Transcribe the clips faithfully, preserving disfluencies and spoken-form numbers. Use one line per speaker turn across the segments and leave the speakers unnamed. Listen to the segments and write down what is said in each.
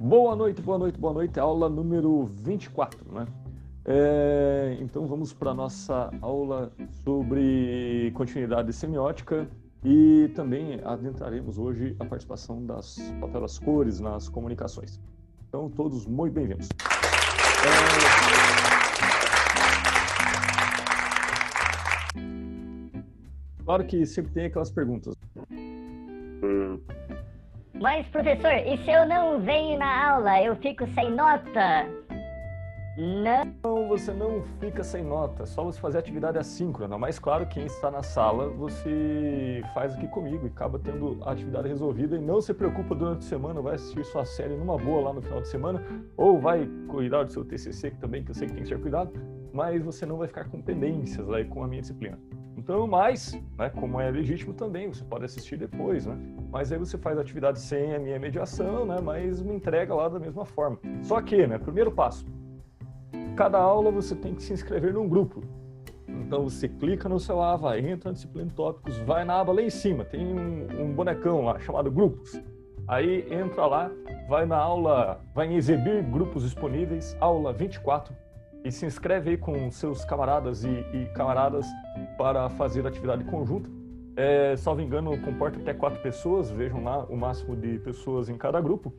Boa noite, boa noite, boa noite. Aula número vinte e quatro, né? É, então vamos para a nossa aula sobre continuidade semiótica e também adentraremos hoje a participação das papel das cores nas comunicações. Então todos muito bem-vindos. É... Claro que sempre tem aquelas perguntas.
Hum. Mas, professor, e se eu não venho na aula, eu fico sem nota?
Não, você não fica sem nota, só você fazer atividade assíncrona. Mas, claro, quem está na sala, você faz aqui comigo e acaba tendo a atividade resolvida. E não se preocupa durante a semana, vai assistir sua série numa boa lá no final de semana, ou vai cuidar do seu T C C, que também que eu sei que tem que ser cuidado, mas você não vai ficar com pendências aí com a minha disciplina. Então, mas, né, como é legítimo também, você pode assistir depois, né? Mas aí você faz a atividade sem a minha mediação, né? Mas me entrega lá da mesma forma. Só que, né, primeiro passo, cada aula você tem que se inscrever num grupo. Então você clica no seu Ava, entra na disciplina de tópicos, vai na aba lá em cima, tem um, um bonecão lá chamado grupos. Aí entra lá, vai na aula, vai em exibir grupos disponíveis, aula vinte e quatro, e se inscreve aí com seus camaradas e, e camaradas para fazer atividade conjunta. É, salvo engano, comporta até quatro pessoas, vejam lá o máximo de pessoas em cada grupo.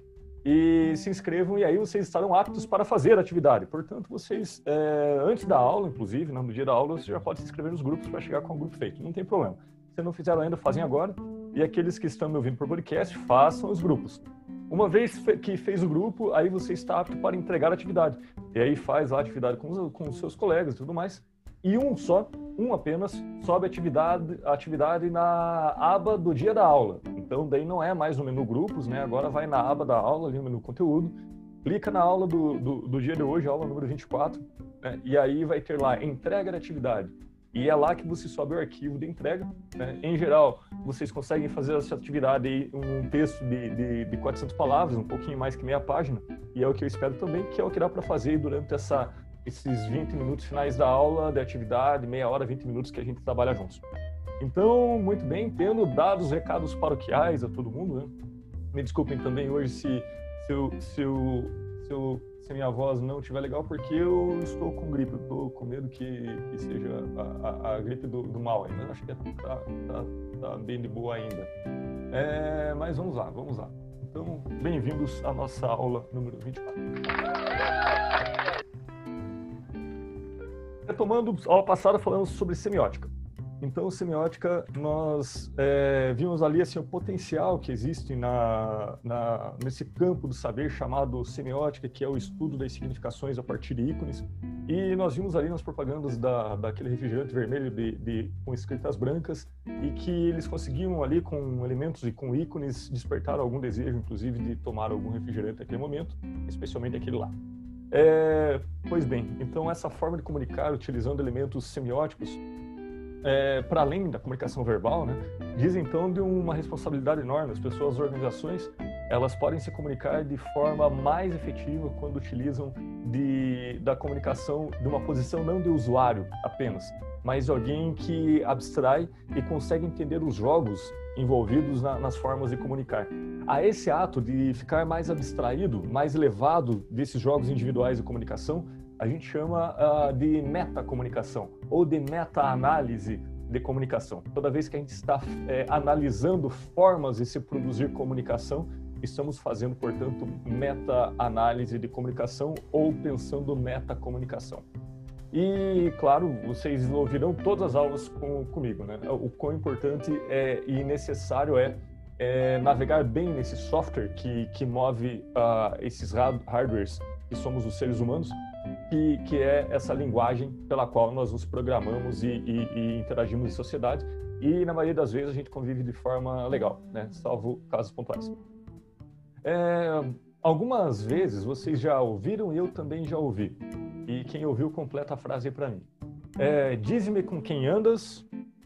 E se inscrevam e aí vocês estarão aptos para fazer a atividade. Portanto, vocês, é, antes da aula, inclusive, no dia da aula, você já pode se inscrever nos grupos para chegar com o grupo feito. Não tem problema. Se não fizeram ainda, fazem agora. E aqueles que estão me ouvindo por podcast, façam os grupos. Uma vez que fez o grupo, aí você está apto para entregar a atividade. E aí faz a atividade com os, com os seus colegas e tudo mais. E um só, um apenas, sobe a atividade, a atividade na aba do dia da aula. Então, daí não é mais no menu grupos, né? Agora vai na aba da aula, ali no menu conteúdo, clica na aula do, do, do dia de hoje, aula número vinte e quatro, né? E aí vai ter lá entrega de atividade. E é lá que você sobe o arquivo de entrega, né? Em geral, vocês conseguem fazer essa atividade aí, um texto de, de, de quatrocentas palavras, um pouquinho mais que meia página, e é o que eu espero também, que é o que dá para fazer durante essa, esses vinte minutos finais da aula, de atividade, meia hora, vinte minutos que a gente trabalha juntos. Então, muito bem, tendo dado os recados paroquiais a todo mundo, né? Me desculpem também hoje se, se, eu, se, eu, se, eu, se a minha voz não estiver legal, porque eu estou com gripe, eu estou com medo que, que seja a, a, a gripe do, do mal ainda, acho que está tá, tá bem de boa ainda. É, mas vamos lá, vamos lá. Então, bem-vindos à nossa aula número vinte e quatro. Retomando, a aula passada falamos sobre semiótica. Então, semiótica, nós é, vimos ali assim, o potencial que existe na, na, nesse campo do saber chamado semiótica, que é o estudo das significações a partir de ícones. E nós vimos ali nas propagandas da, daquele refrigerante vermelho de, de, com escritas brancas e que eles conseguiam ali com elementos e com ícones despertar algum desejo, inclusive, de tomar algum refrigerante naquele momento, especialmente aquele lá. É, pois bem, então essa forma de comunicar utilizando elementos semióticos, É, para além da comunicação verbal, né, diz então de uma responsabilidade enorme. As pessoas, as organizações, elas podem se comunicar de forma mais efetiva quando utilizam de, da comunicação de uma posição não de usuário apenas, mas de alguém que abstrai e consegue entender os jogos envolvidos na, nas formas de comunicar. A esse ato de ficar mais abstraído, mais elevado desses jogos individuais de comunicação, a gente chama uh, de metacomunicação ou de meta-análise de comunicação. Toda vez que a gente está é, analisando formas de se produzir comunicação, estamos fazendo, portanto, meta-análise de comunicação ou pensando metacomunicação. E, claro, vocês ouvirão todas as aulas com, comigo, né? O quão importante é, e necessário é, é navegar bem nesse software que, que move uh, esses hardwares que somos os seres humanos, Que, que é essa linguagem pela qual nós nos programamos e, e, e interagimos em sociedade, e na maioria das vezes a gente convive de forma legal, né? Salvo casos pontuais. É, algumas vezes vocês já ouviram e eu também já ouvi, e quem ouviu completa a frase aí para mim. É, dize-me com quem andas.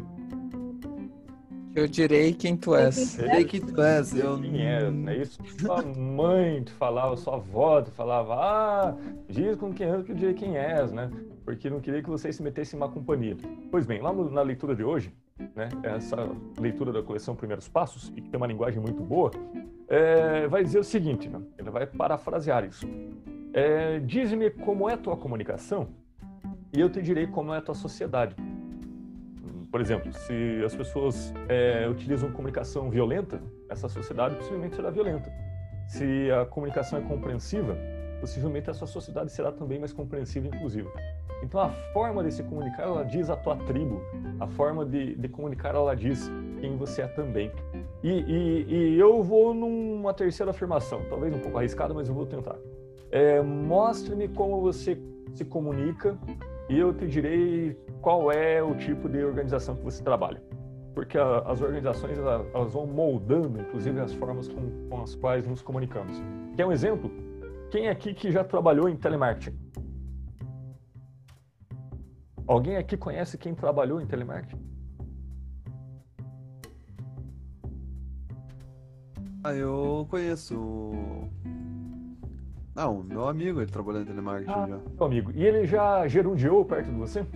Eu direi quem tu és.
Sei quem tu és. Eu...
Quem é, né? Isso sua mãe te falava, sua avó te falava, ah, diz com quem andas que eu direi quem és, né? Porque não queria que vocês se metessem em má companhia. Pois bem, lá no, na leitura de hoje, né, essa leitura da coleção Primeiros Passos, e que tem uma linguagem muito boa, é, vai dizer o seguinte, né? Ele vai parafrasear isso. É, diz-me como é tua comunicação e eu te direi como é tua sociedade. Por exemplo, se as pessoas é, utilizam comunicação violenta, essa sociedade possivelmente será violenta. Se a comunicação é compreensiva, possivelmente essa sociedade será também mais compreensiva e inclusiva. Então a forma de se comunicar, ela diz a tua tribo, a forma de, de comunicar, ela diz quem você é também. E, e, e eu vou numa terceira afirmação, talvez um pouco arriscada, mas eu vou tentar. É, mostre-me como você se comunica e eu te direi qual é o tipo de organização que você trabalha. Porque a, as organizações, elas, elas vão moldando, inclusive, as formas com, com as quais nos comunicamos. Quer um exemplo? Quem aqui que já trabalhou em telemarketing? Alguém aqui conhece quem trabalhou em telemarketing?
Ah, eu conheço. Ah, o meu amigo, ele trabalha em telemarketing
Ah,
já.
meu amigo. E ele já gerundiou perto de você?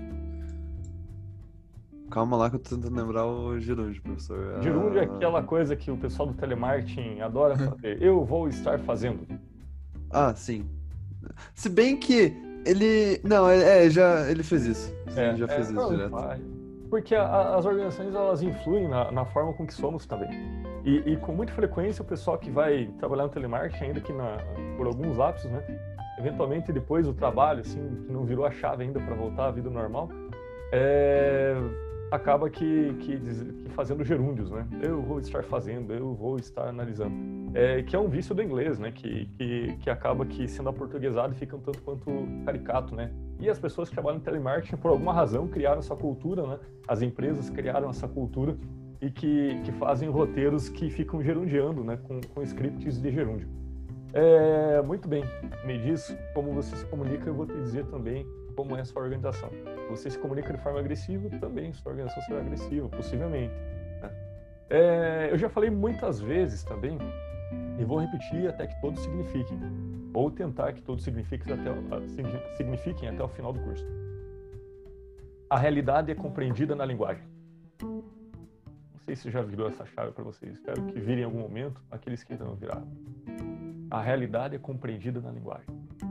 Calma lá que eu tô tentando lembrar o gerúndio, professor.
Gerúndio é
Ah,
aquela coisa que o pessoal do telemarketing adora fazer. Eu vou estar fazendo.
Ah, sim. Se bem que ele... Não, é, é, já, ele fez isso. Sim,
É,
já
é,
fez isso
não,
direto.
vai. Porque a- a- as organizações, elas influem na, na forma com que somos também. E, e com muita frequência o pessoal que vai trabalhar no telemarketing, ainda que na, por alguns lapsos, né? Eventualmente depois do trabalho, assim, que não virou a chave ainda para voltar à vida normal, é, acaba que, que, diz- que fazendo gerúndios, né? Eu vou estar fazendo, eu vou estar analisando. É, que é um vício do inglês, né? Que, que, que acaba que sendo aportuguesado fica um tanto quanto caricato, né? E as pessoas que trabalham em telemarketing, por alguma razão, criaram essa cultura, né? As empresas criaram essa cultura e que, que fazem roteiros que ficam gerundiando, né? Com, com scripts de gerúndio. É, muito bem, me diz como você se comunica, eu vou te dizer também como é a sua organização. Você se comunica de forma agressiva, também sua organização será agressiva, possivelmente. Né? É, eu já falei muitas vezes também, e vou repetir até que todos signifiquem, ou tentar que todos signifiquem até, o- signifiquem até o final do curso. A realidade é compreendida na linguagem. Não sei se já virou essa chave para vocês, espero que virem em algum momento, aqueles que não viraram. A realidade é compreendida na linguagem.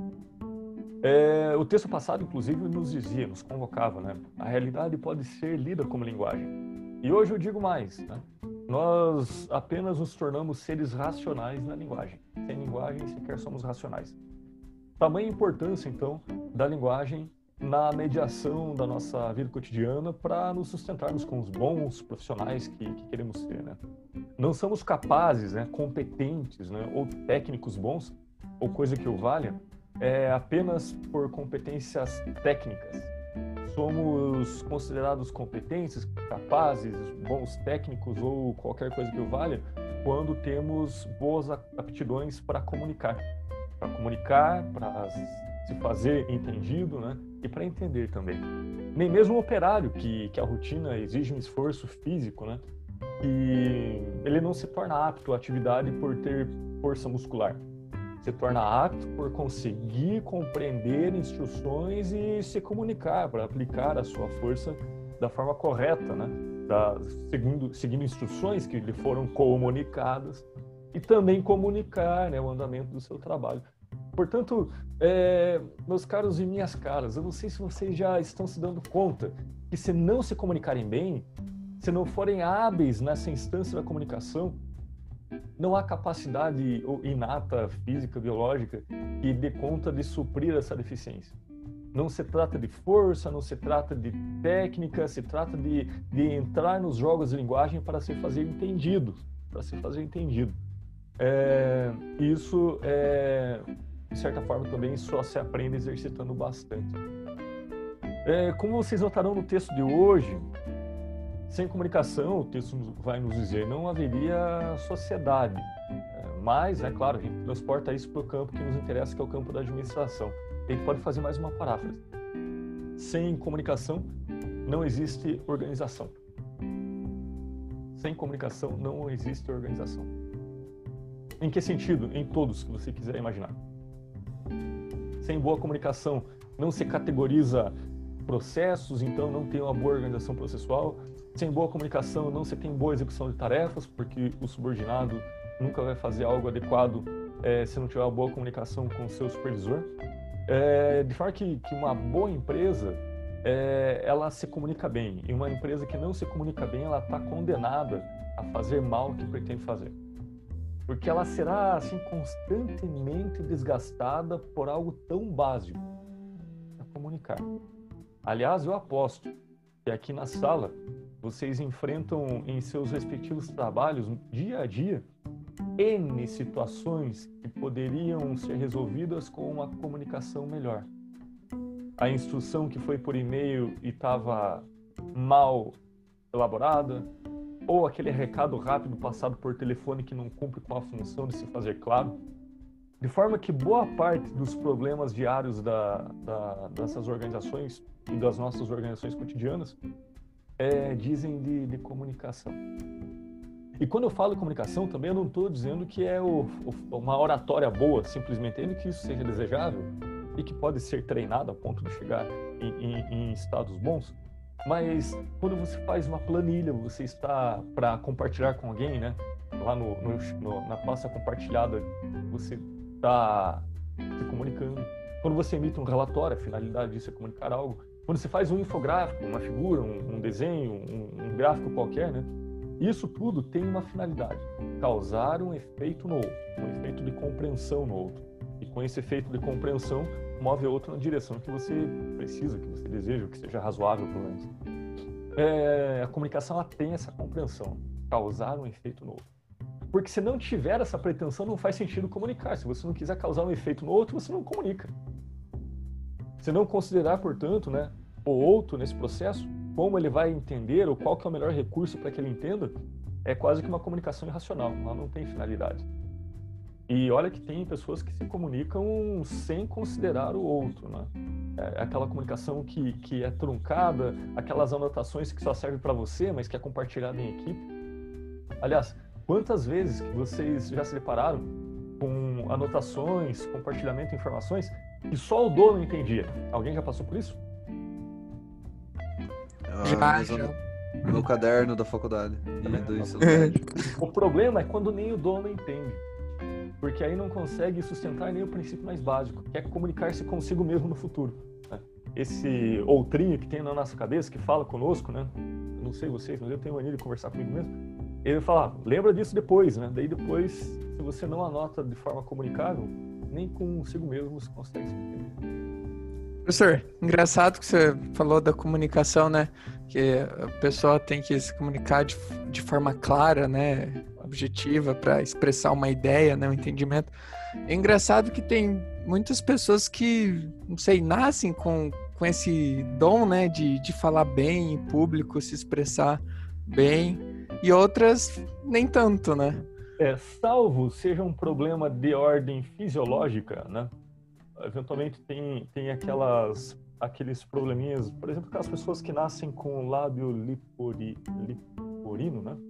É, o texto passado, inclusive, nos dizia, nos convocava, né? A realidade pode ser lida como linguagem. E hoje eu digo mais, né? Nós apenas nos tornamos seres racionais na linguagem. Sem linguagem, sequer somos racionais. Tamanha importância, então, da linguagem na mediação da nossa vida cotidiana para nos sustentarmos com os bons profissionais que, que queremos ser, né? Não somos capazes, né, competentes, né, ou técnicos bons, ou coisa que o valha, é apenas por competências técnicas. Somos considerados competentes, capazes, bons técnicos ou qualquer coisa que o valha quando temos boas aptidões para comunicar. Para comunicar, para se fazer entendido, né, e para entender também. Nem mesmo o operário, que, que a rotina exige um esforço físico, né, e ele não se torna apto à atividade por ter força muscular. Se torna apto por conseguir compreender instruções e se comunicar, para aplicar a sua força da forma correta, né? Da, seguindo, seguindo instruções que lhe foram comunicadas e também comunicar, né, o andamento do seu trabalho. Portanto, é, meus caros e minhas caras, eu não sei se vocês já estão se dando conta que se não se comunicarem bem, se não forem hábeis nessa instância da comunicação, não há capacidade inata, física, biológica, que dê conta de suprir essa deficiência. Não se trata de força, não se trata de técnica, se trata de, de entrar nos jogos de linguagem para se fazer entendido, para se fazer entendido. É, isso, é, de certa forma, também só se aprende exercitando bastante. É, como vocês notarão no texto de hoje, sem comunicação, o texto vai nos dizer, não haveria sociedade. Mas, é claro, a gente transporta isso para o campo que nos interessa, que é o campo da administração. A gente pode fazer mais uma paráfrase. Sem comunicação, não existe organização. Sem comunicação, não existe organização. Em que sentido? Em todos que você quiser imaginar. Sem boa comunicação, não se categoriza processos, então não tem uma boa organização processual. Sem boa comunicação, não se tem boa execução de tarefas, porque o subordinado nunca vai fazer algo adequado é, se não tiver uma boa comunicação com o seu supervisor. É, de forma que, que uma boa empresa, é, ela se comunica bem. E uma empresa que não se comunica bem, ela está condenada a fazer mal o que pretende fazer. Porque ela será assim, constantemente desgastada por algo tão básico, a comunicar. Aliás, eu aposto que aqui na sala vocês enfrentam em seus respectivos trabalhos, dia a dia, N situações que poderiam ser resolvidas com uma comunicação melhor. A instrução que foi por e-mail e estava mal elaborada, ou aquele recado rápido passado por telefone que não cumpre com a função de se fazer claro. De forma que boa parte dos problemas diários da, da, dessas organizações e das nossas organizações cotidianas é, dizem de, de comunicação. E quando eu falo comunicação, também eu não estou dizendo que é o, o, uma oratória boa, simplesmente, ainda que isso seja desejável e que pode ser treinado a ponto de chegar em, em, em estados bons. Mas quando você faz uma planilha, você está para compartilhar com alguém, né? Lá no, no, no, na pasta compartilhada, você está se comunicando. Quando você emite um relatório, a finalidade disso é comunicar algo. Quando você faz um infográfico, uma figura, um, um desenho, um, um gráfico qualquer, né? Isso tudo tem uma finalidade: causar um efeito no outro, um efeito de compreensão no outro. E com esse efeito de compreensão, move o outro na direção que você precisa, que você deseja, que seja razoável, pelo menos. É, a comunicação, ela tem essa compreensão: causar um efeito no outro. Porque se não tiver essa pretensão, não faz sentido comunicar. Se você não quiser causar um efeito no outro, você não comunica. Se não considerar, portanto, né, o outro nesse processo, como ele vai entender, ou qual que é o melhor recurso para que ele entenda, é quase que uma comunicação irracional, ela não tem finalidade. E olha que tem pessoas que se comunicam sem considerar o outro, né? É aquela comunicação que, que é truncada, aquelas anotações que só servem para você, mas que é compartilhada em equipe. Aliás, quantas vezes que vocês já se depararam com anotações, compartilhamento de informações que só o dono entendia? Alguém já passou por isso?
Ah, já, já. No caderno da faculdade e do ensino médio.
O problema é quando nem o dono entende, porque aí não consegue sustentar nem o princípio mais básico, que é comunicar-se consigo mesmo no futuro, né? Esse outrinho que tem na nossa cabeça, que fala conosco, né? Eu não sei vocês, mas eu tenho mania de conversar comigo mesmo. Ele fala, lembra disso depois, né? Daí depois, se você não anota de forma comunicável, nem consigo mesmo você consegue se entender.
Professor, engraçado que você falou da comunicação, né? Que a pessoa tem que se comunicar de, de forma clara, né? Objetiva, para expressar uma ideia, né? Um entendimento. É engraçado que tem muitas pessoas que, não sei, nascem com, com esse dom, né? De, de falar bem em público, se expressar bem, e outras nem tanto, né?
É, salvo seja um problema de ordem fisiológica, né? Eventualmente tem, tem aquelas, aqueles probleminhas, por exemplo, aquelas pessoas que nascem com lábio lipori, liporino, né?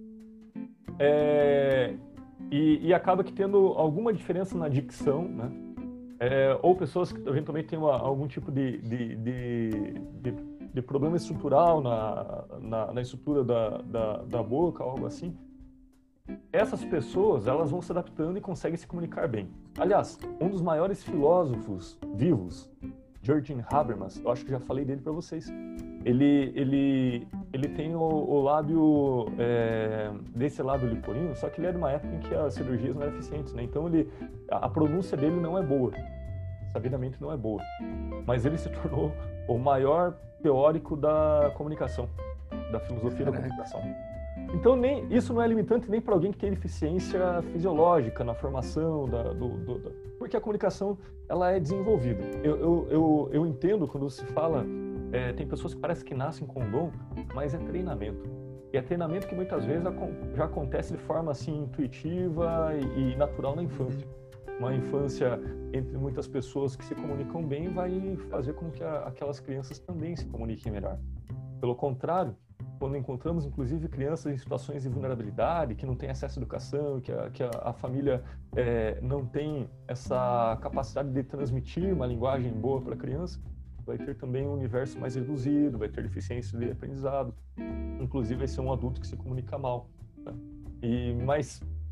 É, e, e acaba que tendo alguma diferença na dicção, né? É, ou pessoas que eventualmente têm uma, algum tipo de, de, de, de, de problema estrutural na, na, na estrutura da, da, da boca, algo assim. Essas pessoas, elas vão se adaptando e conseguem se comunicar bem. Aliás, um dos maiores filósofos vivos, Jürgen Habermas, eu acho que já falei dele para vocês. Ele, ele, ele tem o, o lábio, é, desse lábio liporino, só que ele é de uma época em que as cirurgias não eram eficientes, né? Então ele, a, a pronúncia dele não é boa, sabidamente não é boa. Mas ele se tornou o maior teórico da comunicação, da filosofia da comunicação. Então, nem, isso não é limitante nem para alguém que tem deficiência fisiológica na formação, da, do, do, da, porque a comunicação ela é desenvolvida. Eu, eu, eu, eu entendo quando se fala, é, tem pessoas que parecem que nascem com dom, mas é treinamento. E é treinamento que muitas vezes já acontece de forma assim, intuitiva e, e natural na infância. Uma infância entre muitas pessoas que se comunicam bem vai fazer com que a, aquelas crianças também se comuniquem melhor. Pelo contrário, quando encontramos, inclusive, crianças em situações de vulnerabilidade, que não têm acesso à educação, que a, que a, a família é, não tem essa capacidade de transmitir uma linguagem boa para a criança, vai ter também um universo mais reduzido, vai ter deficiência de aprendizado, inclusive vai ser um adulto que se comunica mal, né? E, mas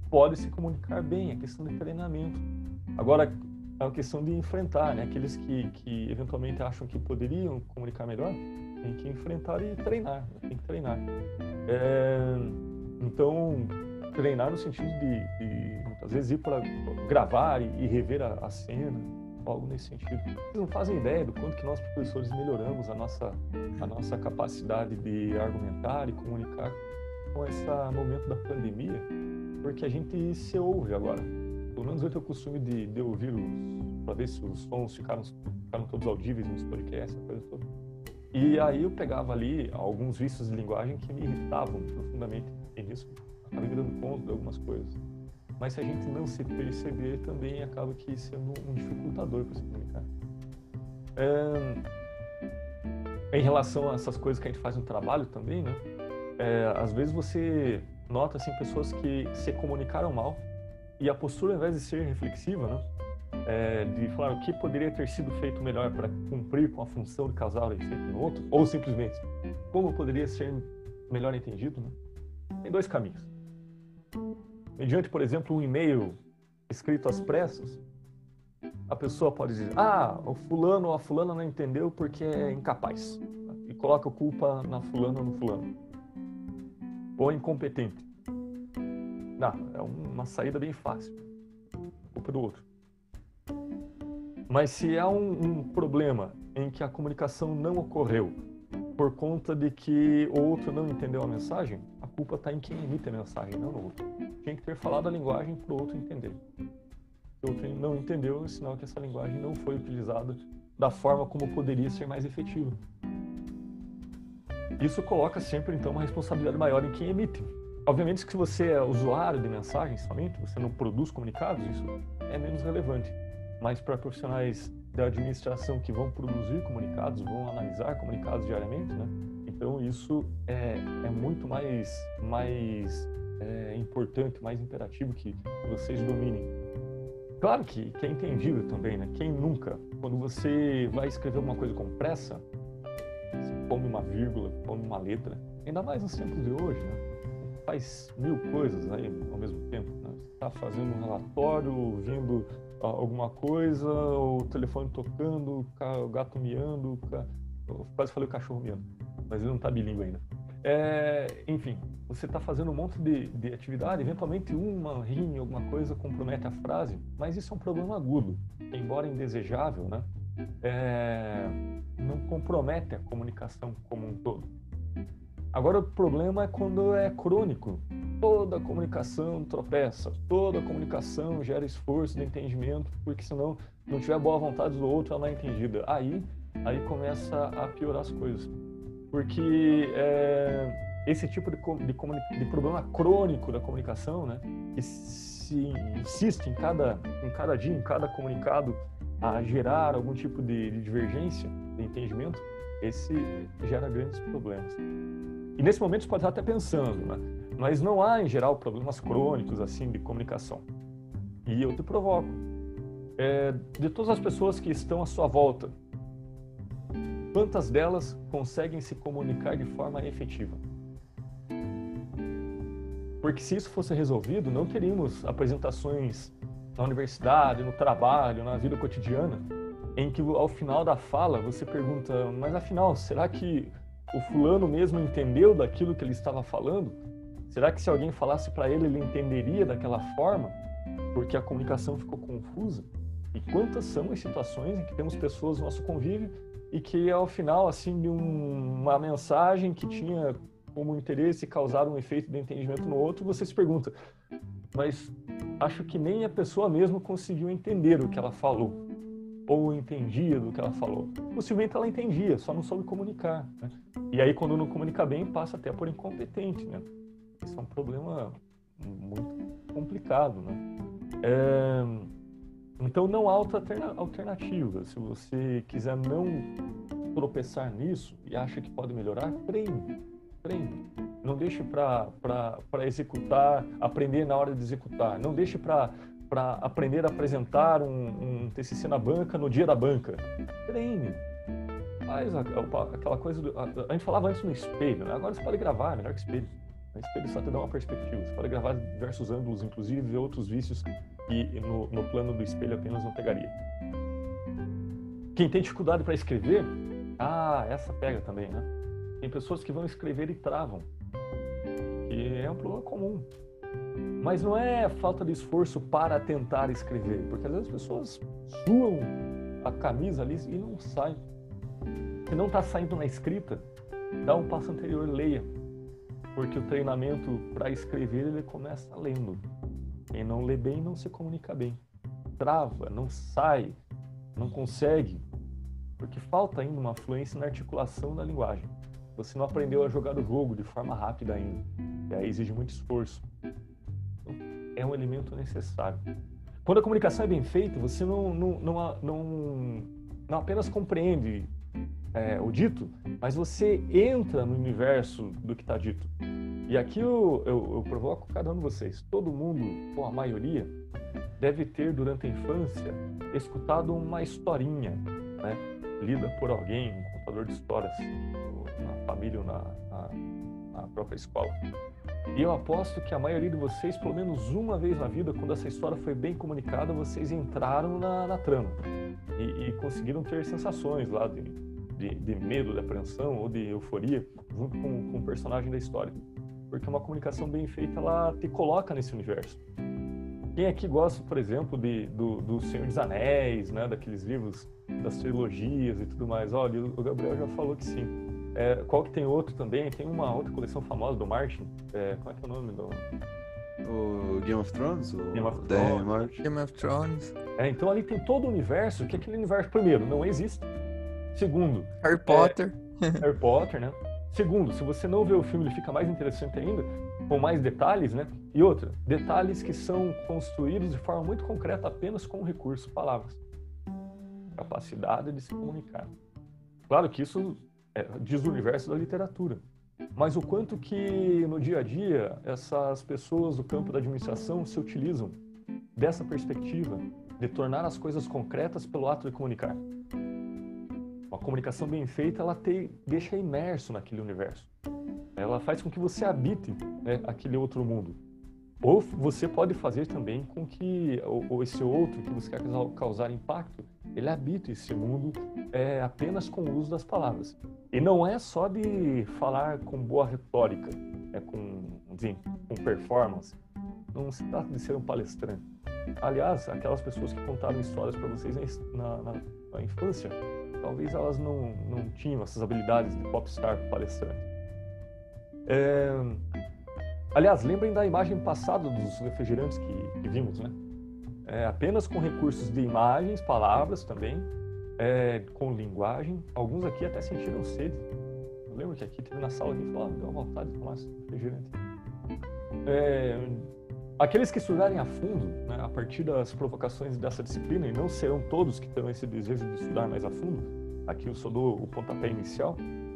pode se comunicar bem, é questão de treinamento. Agora, é uma questão de enfrentar, né? Aqueles que, que eventualmente acham que poderiam comunicar melhor, tem que enfrentar e treinar, tem que treinar. É, então, treinar no sentido de, de muitas vezes, ir para gravar e, e rever a, a cena, algo nesse sentido. Vocês não fazem ideia do quanto que nós, professores, melhoramos a nossa, a nossa capacidade de argumentar e comunicar com esse momento da pandemia, porque a gente se ouve agora. Pelo menos eu tenho o costume de, de ouvir os, para ver se os sons ficaram, ficaram todos audíveis nos podcasts, essa coisa toda. E aí eu pegava ali alguns vícios de linguagem que me irritavam profundamente. E nisso acabei me dando conta de algumas coisas. Mas se a gente não se perceber, também acaba que sendo um dificultador para se comunicar. É, em relação a essas coisas que a gente faz no trabalho também, né? É, às vezes você nota assim, pessoas que se comunicaram mal e a postura, ao invés de ser reflexiva, né? É, de falar o que poderia ter sido feito melhor para cumprir com a função de causar o efeito no outro, ou simplesmente como poderia ser melhor entendido, né? Tem dois caminhos. Mediante, por exemplo, um e-mail escrito às pressas, a pessoa pode dizer: ah, o fulano ou a fulana não entendeu porque é incapaz, e coloca a culpa na fulana ou no fulano, ou é incompetente. Não, é uma saída bem fácil, culpa do outro. Mas se há um, um problema em que a comunicação não ocorreu por conta de que o outro não entendeu a mensagem, a culpa está em quem emite a mensagem, não no outro. Tinha que ter falado a linguagem para o outro entender. Se o outro não entendeu, é sinal que essa linguagem não foi utilizada da forma como poderia ser mais efetiva. Isso coloca sempre, então, uma responsabilidade maior em quem emite. Obviamente que se você é usuário de mensagens somente, você não produz comunicados, isso é menos relevante. Mas para profissionais da administração que vão produzir comunicados, vão analisar comunicados diariamente, né? Então isso é, é muito mais, mais é, importante, mais imperativo que vocês dominem. Claro que, que é entendível também, né? Quem nunca, quando você vai escrever alguma coisa com pressa, você come uma vírgula, come uma letra, ainda mais nos tempos de hoje, né? Faz mil coisas aí ao mesmo tempo, né? Você está fazendo um relatório, ouvindo alguma coisa, o telefone tocando, o gato miando, eu quase falei o cachorro miando, mas ele não está bilíngue ainda. É, enfim, você está fazendo um monte de, de atividade, eventualmente uma rima, alguma coisa compromete a frase, mas isso é um problema agudo, embora indesejável, né? É, não compromete a comunicação como um todo. Agora o problema é quando é crônico. Toda comunicação tropeça, toda comunicação gera esforço de entendimento, porque senão não tiver boa vontade do outro, ela não é entendida. Aí, aí começa a piorar as coisas. Porque é, esse tipo de, de, de problema crônico da comunicação, né, que se insiste em cada, em cada dia, em cada comunicado, a gerar algum tipo de, de divergência de entendimento, esse gera grandes problemas. E nesse momento você pode estar até pensando, né? Mas não há, em geral, problemas crônicos assim de comunicação. E eu te provoco. É, de todas as pessoas que estão à sua volta, quantas delas conseguem se comunicar de forma efetiva? Porque se isso fosse resolvido, não teríamos apresentações na universidade, no trabalho, na vida cotidiana, em que ao final da fala você pergunta: mas afinal, será que o fulano mesmo entendeu daquilo que ele estava falando? Será que se alguém falasse para ele, ele entenderia daquela forma? Porque a comunicação ficou confusa? E quantas são as situações em que temos pessoas no nosso convívio e que ao final, assim, de um, uma mensagem que tinha como interesse causar um efeito de entendimento no outro, você se pergunta: mas acho que nem a pessoa mesmo conseguiu entender o que ela falou, ou entendia do que ela falou. Possivelmente ela entendia, só não soube comunicar, né? E aí, quando não comunica bem, passa até por incompetente, né? Isso é um problema muito complicado, né? É... Então, não há outra alternativa. Se você quiser não tropeçar nisso e acha que pode melhorar, treine, treine. Não deixe para executar, aprender na hora de executar. Não deixe para para aprender a apresentar um, um T C C na banca no dia da banca. Treine. Faz a, a, aquela coisa... Do, a, a gente falava antes no espelho, né? Agora você pode gravar, melhor que espelho. O espelho só te dá uma perspectiva. Você pode gravar diversos ângulos, inclusive ver outros vícios que no, no plano do espelho apenas não pegaria. Quem tem dificuldade para escrever, ah, essa pega também, né? Tem pessoas que vão escrever e travam, que é um problema comum. Mas não é falta de esforço para tentar escrever, porque às vezes as pessoas suam a camisa ali e não sai. Se não está saindo na escrita, dá um passo anterior, leia. Porque o treinamento para escrever, ele começa lendo. Quem não lê bem, não se comunica bem. Trava, não sai, não consegue. Porque falta ainda uma fluência na articulação da linguagem. Você não aprendeu a jogar o jogo de forma rápida ainda. E aí exige muito esforço. Então, é um elemento necessário. Quando a comunicação é bem feita, você não, não, não, não, não apenas compreende é, o dito, mas você entra no universo do que está dito. E aqui eu, eu, eu provoco cada um de vocês. Todo mundo, ou a maioria, deve ter, durante a infância, escutado uma historinha, né, lida por alguém, um contador de histórias, na família ou na, na, na própria escola. E eu aposto que a maioria de vocês, pelo menos uma vez na vida, quando essa história foi bem comunicada, vocês entraram na, na trama e, e conseguiram ter sensações lá de, de, de medo, de apreensão ou de euforia junto com, com o personagem da história. Porque uma comunicação bem feita, ela te coloca nesse universo. Quem aqui gosta, por exemplo, de, do, do Senhor dos Anéis, né, daqueles livros, das trilogias e tudo mais? Olha, o Gabriel já falou que sim. É, qual que tem outro também? Tem uma outra coleção famosa do Martin. É, qual é que é o nome do...
O Game of Thrones? O
Game of
D R
Thrones.
Martin.
Game of Thrones.
É, então ali tem todo o universo, que aquele universo, primeiro, não existe. Segundo,
Harry Potter.
É, Harry Potter, né? Segundo, se você não vê o filme, ele fica mais interessante ainda, com mais detalhes, né? E outra, detalhes que são construídos de forma muito concreta apenas com o recurso palavras. Capacidade de se comunicar. Claro que isso é, diz o universo da literatura. Mas o quanto que no dia a dia essas pessoas do campo da administração se utilizam dessa perspectiva de tornar as coisas concretas pelo ato de comunicar. Uma comunicação bem feita, ela te deixa imerso naquele universo. Ela faz com que você habite, né, aquele outro mundo. Ou você pode fazer também com que ou, ou esse outro que você quer causar impacto, ele habite esse mundo é, apenas com o uso das palavras. E não é só de falar com boa retórica, é com, enfim, com performance. Não se trata de ser um palestrante. Aliás, aquelas pessoas que contaram histórias para vocês na, na, na infância, talvez elas não, não tinham essas habilidades de popstar palestrante. É... Aliás, lembrem da imagem passada dos refrigerantes que, que vimos, né? É, apenas com recursos de imagens, palavras também, é, com linguagem. Alguns aqui até sentiram sede. Eu lembro que aqui teve na sala que falava, deu uma vontade de tomar esse refrigerante. É... Aqueles que estudarem a fundo, né, a partir das provocações dessa disciplina, e não serão todos que terão esse desejo de estudar mais a fundo, aqui eu só dou o pontapé inicial,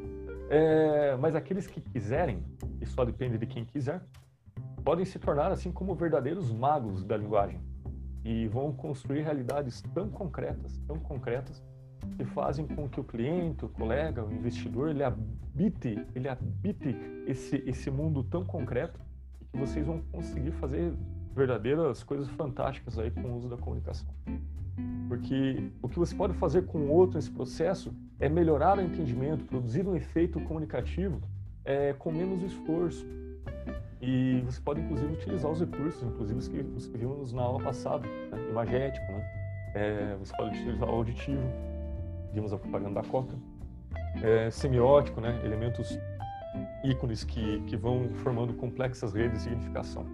é, mas aqueles que quiserem, e só depende de quem quiser, podem se tornar assim como verdadeiros magos da linguagem, e vão construir realidades tão concretas, tão concretas, que fazem com que o cliente, o colega, o investidor, ele habite, ele habite esse, esse mundo tão concreto, que vocês vão conseguir fazer verdadeiras coisas fantásticas aí com o uso da comunicação. Porque o que você pode fazer com o outro nesse processo é melhorar o entendimento, produzir um efeito comunicativo é, com menos esforço. E você pode, inclusive, utilizar os recursos, inclusive os que, os que vimos na aula passada, né? Imagético, né? É, você pode utilizar o auditivo, vimos a propaganda da Coca, é, semiótico, né? Elementos ícones que, que vão formando complexas redes de significação.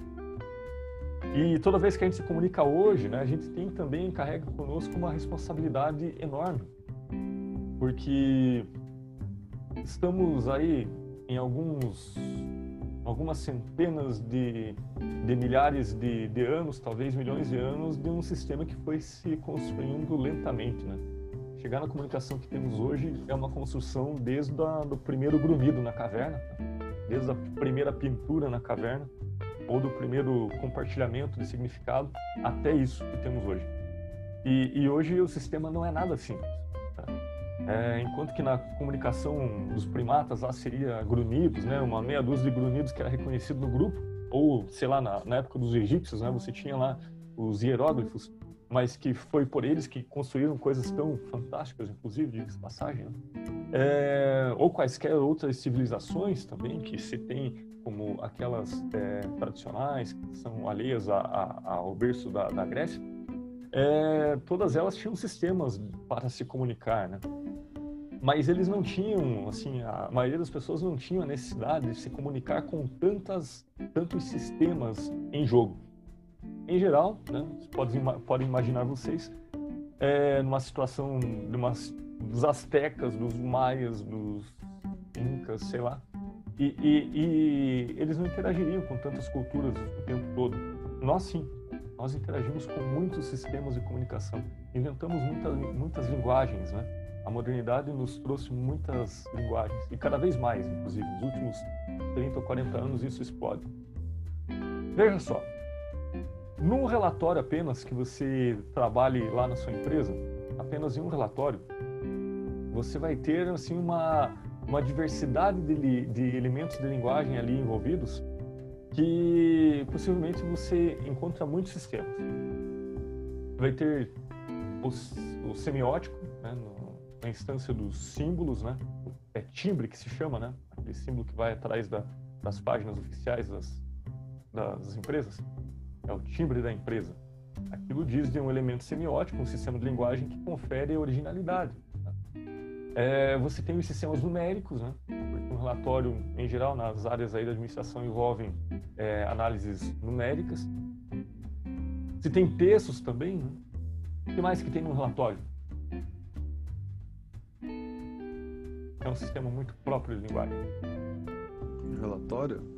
E toda vez que a gente se comunica hoje, né, a gente tem também, carrega conosco uma responsabilidade enorme, porque estamos aí em alguns, algumas centenas de, de milhares de, de anos, talvez milhões de anos, de um sistema que foi se construindo lentamente, né? Chegar na comunicação que temos hoje é uma construção desde o primeiro grunhido na caverna, desde a primeira pintura na caverna, ou do primeiro compartilhamento de significado, até isso que temos hoje. E, e hoje o sistema não é nada simples. Tá? É, enquanto que na comunicação dos primatas lá seria grunhidos, né? Uma meia dúzia de grunhidos que era reconhecido no grupo, ou sei lá, na, na época dos egípcios, né? Você tinha lá os hieróglifos, mas que foi por eles que construíram coisas tão fantásticas, inclusive, diga-se de passagem, né? É, ou quaisquer outras civilizações também, que se tem como aquelas é, tradicionais, que são alheias a, a, ao berço da, da Grécia, é, todas elas tinham sistemas para se comunicar, né? Mas eles não tinham, assim, a maioria das pessoas não tinha a necessidade de se comunicar com tantas, tantos sistemas em jogo. Em geral, né, podem, podem imaginar vocês, é, numa situação de umas, dos astecas, dos maias, dos incas, sei lá, e, e, e eles não interagiriam com tantas culturas o tempo todo. Nós sim, nós interagimos com muitos sistemas de comunicação, inventamos muita, muitas linguagens, né? A modernidade nos trouxe muitas linguagens, e cada vez mais, inclusive, nos últimos trinta ou quarenta anos isso explode. Veja só, num relatório apenas que você trabalhe lá na sua empresa, apenas em um relatório, você vai ter assim, uma, uma diversidade de, de elementos de linguagem ali envolvidos que possivelmente você encontra muitos sistemas. Vai ter o, o semiótico, né, no, na instância dos símbolos, né? É timbre que se chama, né? Aquele símbolo que vai atrás da, das páginas oficiais das, das empresas. É o timbre da empresa. Aquilo diz de um elemento semiótico, um sistema de linguagem que confere originalidade. Né? É, você tem os sistemas numéricos, né? Porque um relatório, em geral, nas áreas aí da administração envolvem é, análises numéricas. Você tem textos também, né? O que mais que tem no relatório? É um sistema muito próprio de linguagem.
Relatório?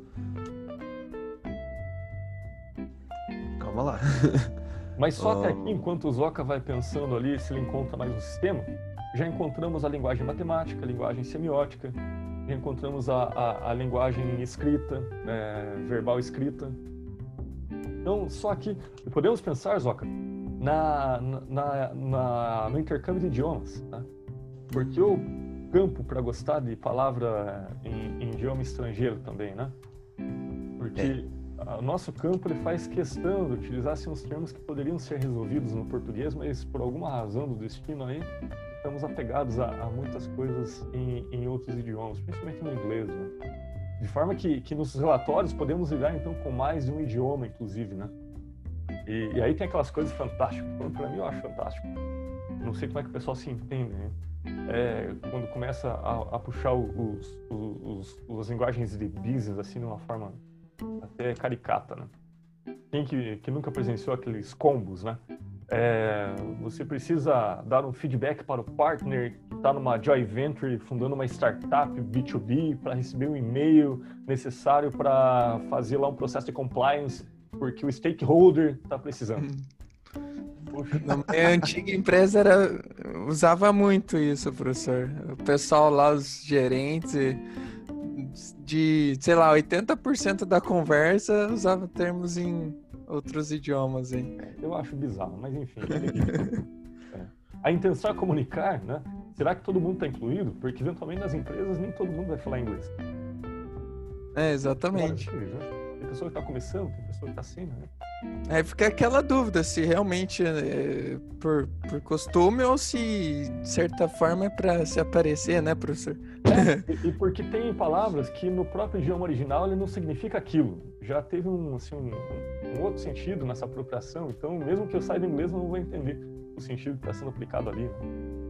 Calma lá.
Mas só até
Um...
aqui, enquanto o Zoca vai pensando ali se ele encontra mais um sistema, já encontramos a linguagem matemática, a linguagem semiótica, já encontramos a, a, a linguagem escrita, é, verbal escrita. Então, só aqui, podemos pensar, Zoca, na, na, na, no intercâmbio de idiomas, né? Porque o campo para gostar de palavra em, em idioma estrangeiro também, né? Porque é. o nosso campo ele faz questão de utilizar assim, uns termos que poderiam ser resolvidos no português, mas por alguma razão do destino aí, estamos apegados a, a muitas coisas em, em outros idiomas, principalmente no inglês, né? De forma que, que nos relatórios podemos lidar então com mais de um idioma, inclusive, né? E, e aí tem aquelas coisas fantásticas. Para mim eu acho fantástico. Não sei como é que o pessoal se entende, né? É, quando começa a, a puxar os, os, os, as linguagens de business assim de uma forma até caricata, né? Quem que, que nunca presenciou aqueles combos, né? É, você precisa dar um feedback para o partner que está numa joint venture, fundando uma startup B dois B, para receber um e-mail necessário para fazer lá um processo de compliance, porque o stakeholder está precisando.
Puxa. Na minha antiga empresa era, usava muito isso, professor. O pessoal lá, os gerentes, de, sei lá, oitenta por cento da conversa usava termos em outros idiomas, hein?
Eu acho bizarro, mas enfim. É. A intenção é comunicar, né? Será que todo mundo está incluído? Porque eventualmente nas empresas nem todo mundo vai falar inglês.
É, exatamente.
Tem pessoa que está começando, tem pessoa que está sem, né?
Aí fica aquela dúvida se realmente é por, por costume ou se, de certa forma, é para se aparecer, né, professor?
É, e, e porque tem palavras que no próprio idioma original ele não significa aquilo. Já teve um, assim, um, um outro sentido nessa apropriação, então mesmo que eu saia do inglês eu não vou entender o sentido que está sendo aplicado ali. Né?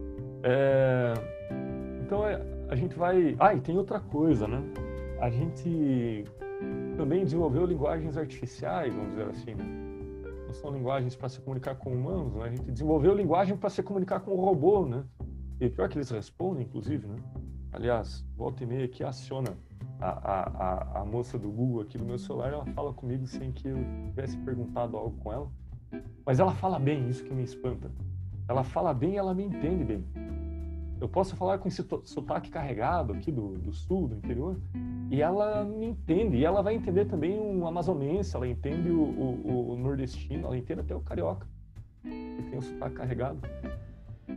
É, então é, a gente vai... Ah, e tem outra coisa, né? A gente também desenvolveu linguagens artificiais, vamos dizer assim, né? Não são linguagens para se comunicar com humanos, né? A gente desenvolveu linguagem para se comunicar com o robô, né? E pior que eles respondem, inclusive, né? Aliás, volta e meia que aciona a, a, a, a moça do Google aqui no meu celular, ela fala comigo sem que eu tivesse perguntado algo com ela. Mas ela fala bem, isso que me espanta. Ela fala bem e ela me entende bem. Eu posso falar com esse sotaque carregado aqui do, do sul, do interior, e ela me entende. E ela vai entender também um amazonense, ela entende o, o, o nordestino, ela entende até o carioca, que tem o sotaque carregado.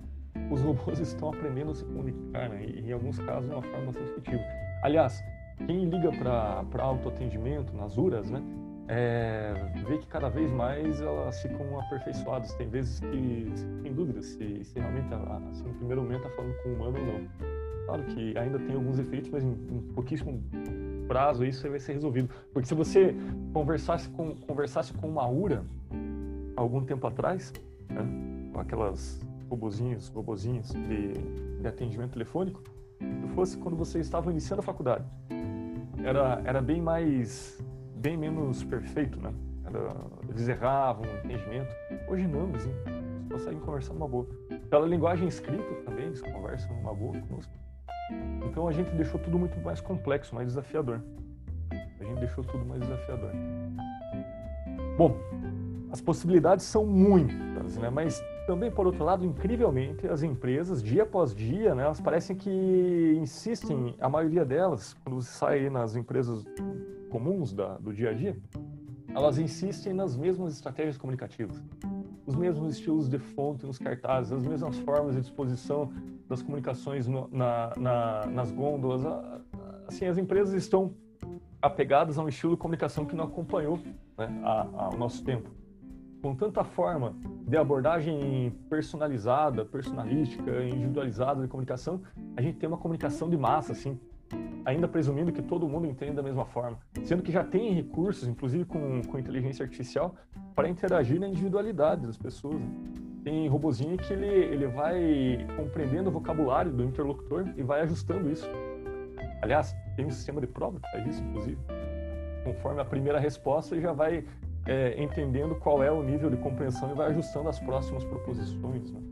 os robôs estão aprendendo a se comunicar, né? E em alguns casos de uma forma bastante efetiva. Aliás, quem liga para autoatendimento nas U R As, né, é, vê que cada vez mais elas ficam aperfeiçoadas. Tem vezes que tem dúvidas se, se realmente, assim, no primeiro momento, está falando com um humano ou não. Claro que ainda tem alguns efeitos, mas em, em pouquíssimo prazo isso vai ser resolvido. Porque se você conversasse com, conversasse com uma U R A algum tempo atrás, né, com aquelas robozinhos, robozinhos de, de atendimento telefônico, se fosse quando você estava iniciando a faculdade, era, era bem mais, bem menos perfeito, né? Era, eles erravam o entendimento. Hoje não, eles, eles conseguem conversar numa boa. Pela linguagem escrita também, eles conversam numa boa conosco. Então a gente deixou tudo muito mais complexo, mais desafiador. A gente deixou tudo mais desafiador. Bom, as possibilidades são muitas, né? Mas também, por outro lado, incrivelmente, as empresas, dia após dia, né, elas parecem que insistem, a maioria delas, quando você sai aí nas empresas comuns da, do dia a dia, elas insistem nas mesmas estratégias comunicativas, os mesmos estilos de fonte nos cartazes, as mesmas formas de disposição das comunicações no, na, na, nas gôndolas. Assim, as empresas estão apegadas a um estilo de comunicação que não acompanhou, né, ao nosso tempo. Com tanta forma de abordagem personalizada, personalística, individualizada de comunicação, a gente tem uma comunicação de massa, assim, ainda presumindo que todo mundo entende da mesma forma, sendo que já tem recursos, inclusive com, com inteligência artificial, para interagir na individualidade das pessoas. Tem robozinho que ele, ele vai compreendendo o vocabulário do interlocutor e vai ajustando isso. Aliás, tem um sistema de prova que faz isso, inclusive. Conforme a primeira resposta, ele já vai é, entendendo qual é o nível de compreensão e vai ajustando as próximas proposições, né?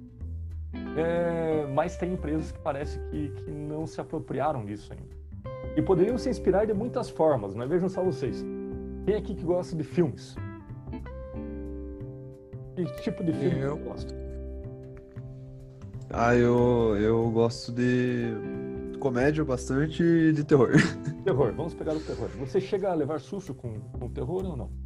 É, mas tem empresas que parece que, que não se apropriaram disso ainda. E poderiam se inspirar de muitas formas, né? Vejam só vocês. Quem aqui que gosta de filmes? Que tipo de filme
Eu
você gosta?
Ah, eu, eu gosto de comédia bastante e de terror.
Terror, vamos pegar o terror. Você chega a levar susto com, com terror ou não?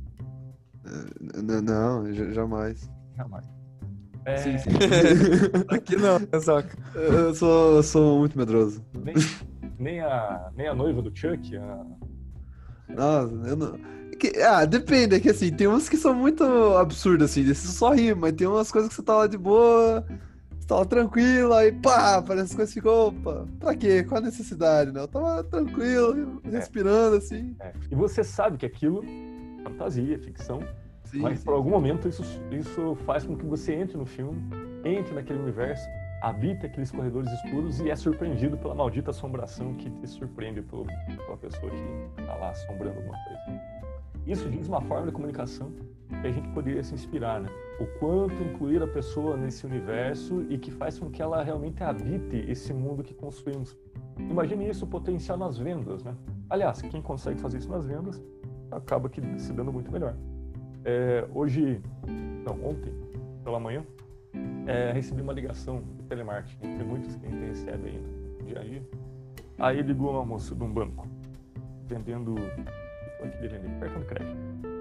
N- Não, j- jamais.
Jamais. É,
Sim, sim.
aqui não, Saca.
Eu sou, eu sou muito medroso.
Nem, nem, a, nem a noiva do Chuck, a...
Nossa, eu não. Que- ah, depende, é que assim, tem uns que são muito absurdos, assim, você só ri, mas tem umas coisas que você tá lá de boa, você tá lá tranquilo, aí pá, parece que as coisas ficam, opa, pra quê? Qual a necessidade, né? Eu tava tranquilo, respirando, assim.
É. E você sabe que aquilo é fantasia, ficção,
Sim,
mas
sim.
por algum momento isso, isso faz com que você entre no filme, entre naquele universo, habite aqueles corredores escuros e é surpreendido pela maldita assombração que te surpreende pelo, pela pessoa que tá lá assombrando alguma coisa. Isso diz uma forma de comunicação que a gente poderia se inspirar, né? O quanto incluir a pessoa nesse universo e que faz com que ela realmente habite esse mundo que construímos. Imagine isso potencial nas vendas, né? Aliás, quem consegue fazer isso nas vendas acaba que se dando muito melhor. É, hoje, não, ontem, pela manhã, é, recebi uma ligação de telemarketing, tem muitos que a gente recebe aí no dia a dia. Aí ligou uma moça de um banco, vendendo, que de vender, cartão de crédito.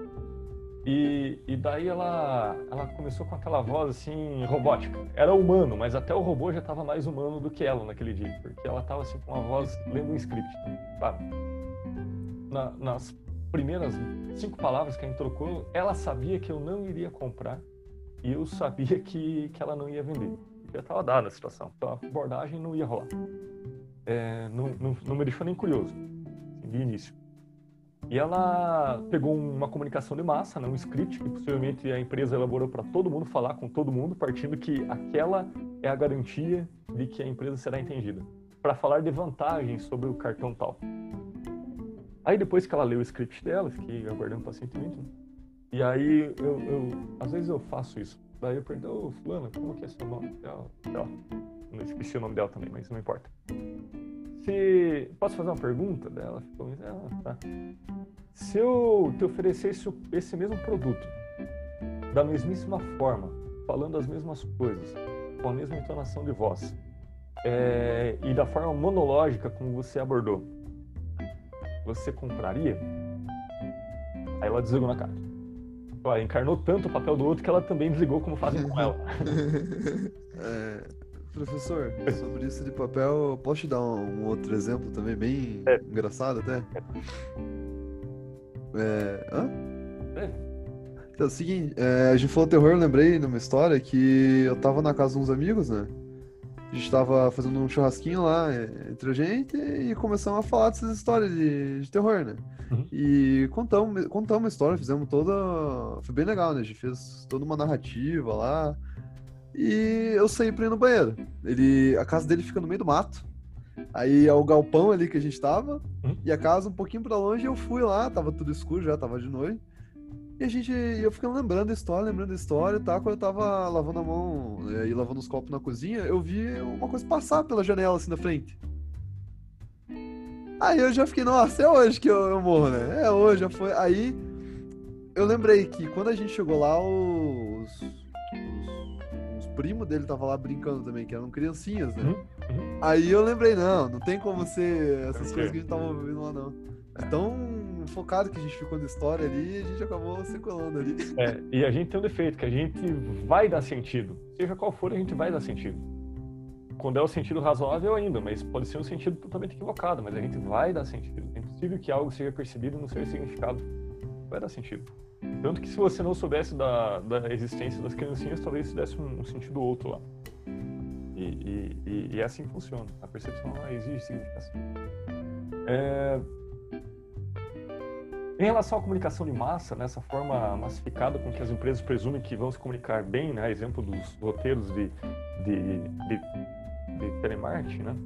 E, e daí ela, ela começou com aquela voz assim, robótica. Era humano, mas até o robô já estava mais humano do que ela naquele dia, porque ela estava assim com uma voz lendo um script, sabe? Na, nas primeiras cinco palavras que a gente trocou, ela sabia que eu não iria comprar e eu sabia que, que ela não ia vender. Já estava dada a situação, então a abordagem não ia rolar. É, não, não, não me deixou nem curioso, assim, de início. E ela pegou uma comunicação de massa, né, um script que possivelmente a empresa elaborou para todo mundo falar com todo mundo, partindo que aquela é a garantia de que a empresa será entendida, para falar de vantagens sobre o cartão tal. Aí depois que ela leu o script dela, fiquei aguardando pacientemente, né? E aí eu, eu, às vezes eu faço isso. Daí eu pergunto, ô fulana, como que é seu nome? Ela, ela, não esqueci o nome dela também, mas não importa. Se posso fazer uma pergunta dela? Ficou, ah, tá. Se eu te oferecesse esse mesmo produto da mesmíssima forma, falando as mesmas coisas, com a mesma entonação de voz, é, e da forma monológica como você abordou, você compraria? Aí ela desligou na cara. Ela encarnou tanto o papel do outro que ela também desligou como fazem com ela.
É, Professor, sobre isso de papel, eu posso te dar um, um outro exemplo também, bem
É.
engraçado até? É... Hã?
É.
Então, é o seguinte, é, a gente falou terror, eu lembrei numa história que eu tava na casa de uns amigos, né? A gente tava fazendo um churrasquinho lá é, entre a gente e começamos a falar dessas histórias de, de terror, né?
Uhum.
E contamos, contamos a história, fizemos toda... Foi bem legal, né? A gente fez toda uma narrativa lá. E eu saí pra ir no banheiro. Ele, a casa dele fica no meio do mato. Aí é o galpão ali que a gente tava.
Uhum.
E a casa um pouquinho pra longe, eu fui lá, tava tudo escuro já, tava de noite. E a gente, eu ficando lembrando da história, lembrando da história e tal. Quando eu tava lavando a mão é, e lavando os copos na cozinha, eu vi uma coisa passar pela janela assim na frente. Aí eu já fiquei, nossa, é hoje que eu, eu morro, né? É hoje, já foi. Aí eu lembrei que quando a gente chegou lá, os, os, os primos dele estavam lá brincando também, que eram criancinhas, né?
Uhum. Uhum.
Aí eu lembrei, não, não tem como ser essas
Ok.
coisas que a gente tava ouvindo lá, não. É tão focado que a gente ficou na história ali, a gente acabou se colando ali.
É, e a gente tem um defeito, que a gente vai dar sentido. Seja qual for, a gente vai dar sentido. Quando é o sentido razoável ainda, mas pode ser um sentido totalmente equivocado, mas a gente vai dar sentido. É impossível que algo seja percebido e não seja significado. Vai dar sentido. Tanto que se você não soubesse da, da existência das criancinhas, talvez isso desse um, um sentido outro lá. E, e, e, e é assim que funciona. A percepção ela exige significação. É... Em relação à comunicação de massa, nessa forma massificada com que as empresas presumem que vão se comunicar bem, né? Exemplo dos roteiros de, de, de, de telemarketing, né?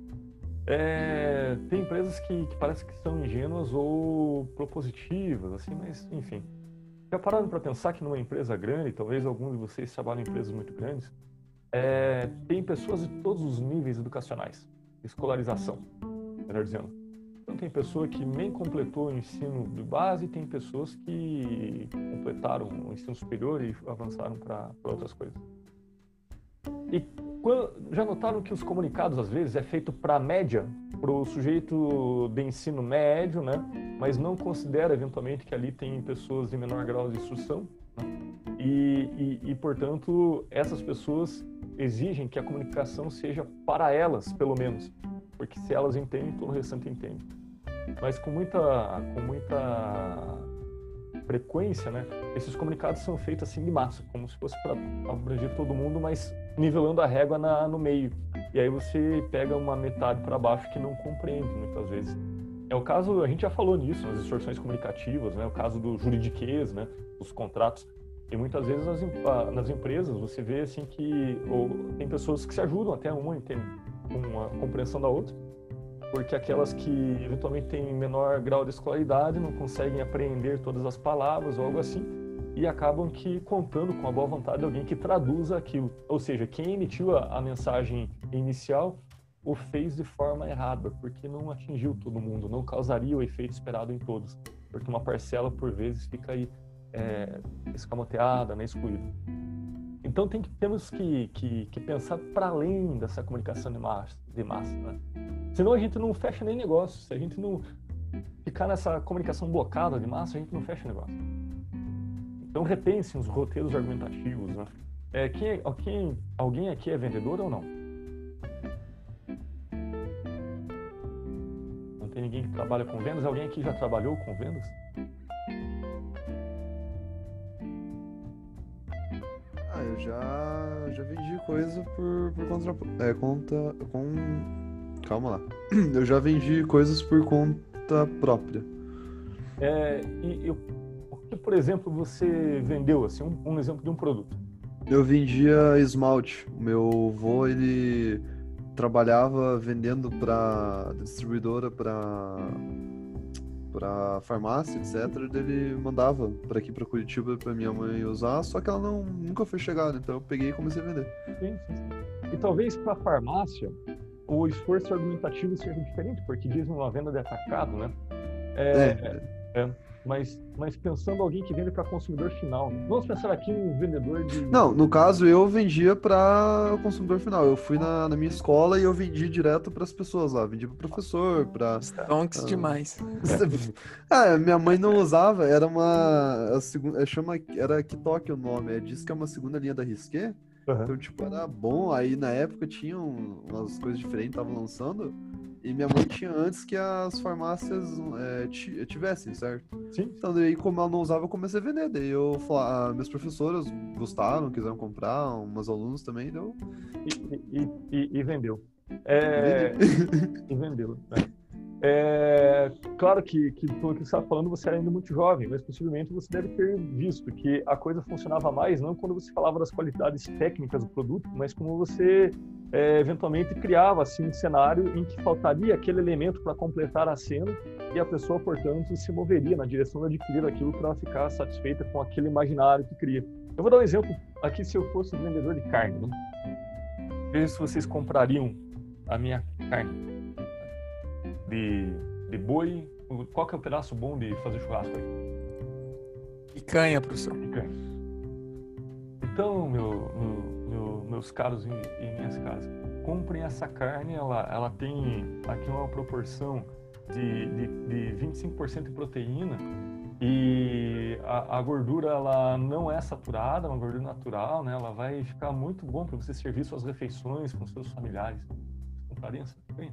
É, tem empresas que, que parece que são ingênuas ou propositivas, assim, mas enfim. Já pararam para pensar que numa empresa grande, talvez alguns de vocês trabalhem em empresas muito grandes, é, tem pessoas de todos os níveis educacionais, escolarização, melhor dizendo. Então tem pessoa que nem completou o ensino de base, tem pessoas que completaram o ensino superior e avançaram para outras coisas. E quando, já notaram que os comunicados às vezes é feito para a média, para o sujeito de ensino médio, né? Mas não considera eventualmente que ali tem pessoas de menor grau de instrução, né? e, e, e portanto essas pessoas exigem que a comunicação seja para elas, pelo menos, porque se elas entendem, todo o restante entende. Mas com muita, com muita frequência, né, esses comunicados são feitos assim de massa, como se fosse para abranger todo mundo, mas nivelando a régua na, no meio. E aí você pega uma metade para baixo que não compreende muitas vezes. É o caso, a gente já falou nisso, nas distorções comunicativas, né, o caso do juridiquês, né, os contratos. E muitas vezes nas, nas empresas você vê assim que ou, tem pessoas que se ajudam, até uma entende com a compreensão da outra, porque aquelas que eventualmente têm menor grau de escolaridade não conseguem apreender todas as palavras ou algo assim, e acabam que contando com a boa vontade de alguém que traduza aquilo. Ou seja, quem emitiu a, a mensagem inicial o fez de forma errada, porque não atingiu todo mundo, não causaria o efeito esperado em todos, porque uma parcela por vezes fica aí é, escamoteada, né, excluída. Então tem que, temos que, que, que pensar para além dessa comunicação de massa, de massa, né? Senão a gente não fecha nem negócio. Se a gente não ficar nessa comunicação blocada de massa, a gente não fecha negócio. Então repense os roteiros argumentativos, né? É, quem, quem, alguém aqui é vendedor ou não? Não tem ninguém que trabalha com vendas? Alguém aqui já trabalhou com vendas?
Ah, eu já, já vendi coisa por, por conta, é, conta, com... Calma lá. Eu já vendi coisas por conta própria.
É, e eu, o que, por exemplo, você vendeu, assim, um, um exemplo de um produto?
Eu vendia esmalte. O meu avô, ele trabalhava vendendo para distribuidora, para para farmácia, etcétera. Ele mandava para aqui, para Curitiba, para minha mãe usar, só que ela não, nunca foi chegada, então eu peguei e comecei a vender.
Sim, sim, sim. E talvez para a farmácia o esforço argumentativo seja diferente, porque diz uma venda de atacado, né? É,
É.
é, mas, mas pensando alguém que vende para consumidor final, né? Vamos pensar aqui um vendedor de...
Não, no caso eu vendia para o consumidor final. Eu fui na, na minha escola e eu vendi direto para as pessoas lá. Vendi para o professor, para...
Tonks demais.
Ah, minha mãe não usava, era uma... A segunda, chama, era Kitoki o nome. É, diz que é uma segunda linha da Risqué.
Uhum.
Então, tipo, era bom. Aí na época tinha um- umas coisas diferentes, tava lançando. E minha mãe tinha antes que as farmácias é, ti- tivessem, certo?
Sim.
Então, daí, como ela não usava, eu comecei a vender. Daí eu falava, ah, minhas professoras gostaram, quiseram comprar, umas alunos também, deu.
E, e, e, e vendeu.
E
É,
vendi.
e vendeu, né? É, claro que, que pelo que você está falando, você era ainda muito jovem, mas possivelmente você deve ter visto que a coisa funcionava mais, não quando você falava das qualidades técnicas do produto, mas como você é, eventualmente criava assim, um cenário em que faltaria aquele elemento para completar a cena e a pessoa, portanto, se moveria na direção de adquirir aquilo para ficar satisfeita com aquele imaginário que cria. Eu vou dar um exemplo aqui, se eu fosse vendedor de carne, né? Veja se vocês comprariam a minha carne. De, de boi, qual que é o pedaço bom de fazer churrasco aí?
Picanha, professor.
Picanha. Então, meu, meu, meu, meus caros e, e minhas caras, comprem essa carne, ela, ela tem aqui uma proporção de, de, de vinte e cinco por cento de proteína e a, a gordura ela não é saturada, é uma gordura natural, né? Ela vai ficar muito bom para você servir suas refeições com seus familiares. Comprariam essa picanha?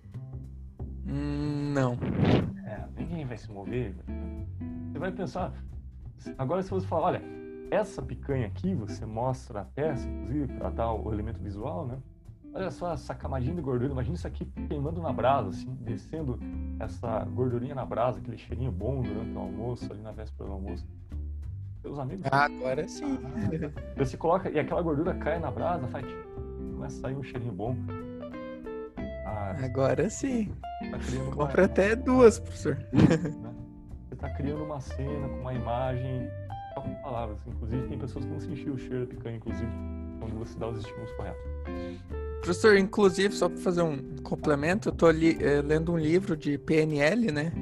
Hum, não.
É, ninguém vai se mover. Você vai pensar. Agora, se você falar, olha, essa picanha aqui, você mostra a peça, inclusive, para dar o elemento visual, né? Olha só essa camadinha de gordura. Imagina isso aqui queimando na brasa, assim, descendo essa gordurinha na brasa, aquele cheirinho bom durante o almoço, ali na véspera do almoço. Seus amigos.
Ah, agora sim.
Você coloca e aquela gordura cai na brasa, faz. Começa a sair um cheirinho bom. Ah,
Agora sim.
tá criando uma-
Compra até duas, professor.
né? Você está criando uma cena com uma imagem, só com palavras. Inclusive, tem pessoas que vão sentir o cheiro da picanha, inclusive, quando você dá os estímulos corretos.
Professor, inclusive, só para fazer um complemento, eu tô li, eh, lendo um livro de P N L, né?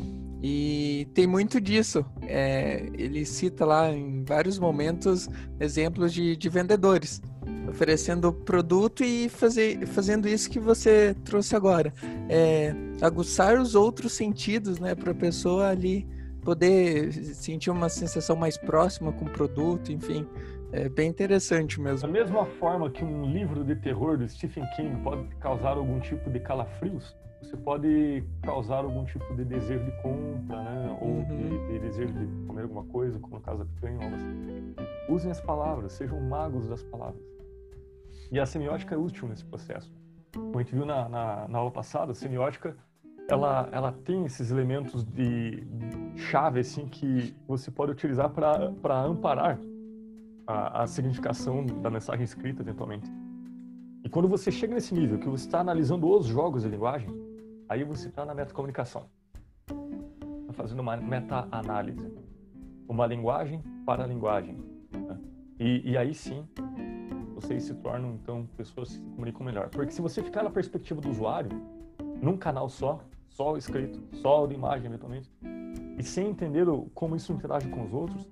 E tem muito disso. É, ele cita lá em vários momentos exemplos de, de vendedores oferecendo produto e fazer, fazendo isso que você trouxe agora. É, aguçar os outros sentidos, né? Para a pessoa ali poder sentir uma sensação mais próxima com o produto, enfim. É bem interessante
Da
mesmo.
mesma forma que um livro de terror do Stephen King pode causar algum tipo de calafrios, você pode causar algum tipo de desejo de compra, né? Ou
Uhum.
de, de desejo de comer alguma coisa, como no caso da picanha, algo assim. Usem as palavras, sejam magos das palavras. E a semiótica é útil nesse processo. Como a gente viu na, na, na aula passada, a semiótica ela, ela tem esses elementos de chave assim, que você pode utilizar para amparar a, a significação da mensagem escrita, eventualmente. E quando você chega nesse nível, que você está analisando os jogos de linguagem, aí você está na metacomunicação. Está fazendo uma meta-análise. Uma linguagem para a linguagem. Né? E, e aí sim, vocês se tornam, então, pessoas que se comunicam melhor. Porque se você ficar na perspectiva do usuário, num canal só, só o escrito, só o de imagem, eventualmente, e sem entender o, como isso interage com os outros,